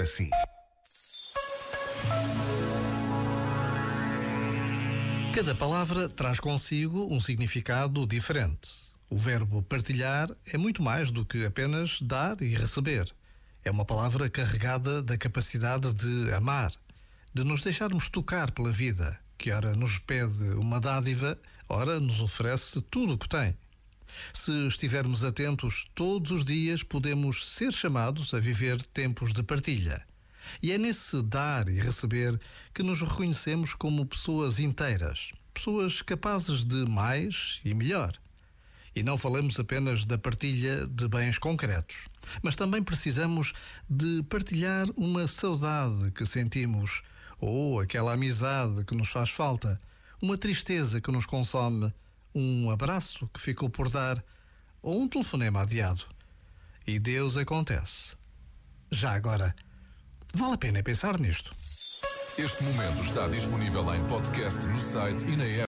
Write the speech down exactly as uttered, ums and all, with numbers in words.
para si. Cada palavra traz consigo um significado diferente. O verbo partilhar é muito mais do que apenas dar e receber. É uma palavra carregada da capacidade de amar, de nos deixarmos tocar pela vida, que ora nos pede uma dádiva, ora nos oferece tudo o que tem. Se estivermos atentos, todos os dias podemos ser chamados a viver tempos de partilha. E é nesse dar e receber que nos reconhecemos como pessoas inteiras, pessoas capazes de mais e melhor. E não falamos apenas da partilha de bens concretos, mas também precisamos de partilhar uma saudade que sentimos, ou aquela amizade que nos faz falta, uma tristeza que nos consome, um abraço que ficou por dar, ou um telefonema adiado. E Deus acontece. Já agora, vale a pena pensar nisto. Este momento está disponível em podcast no site e na app.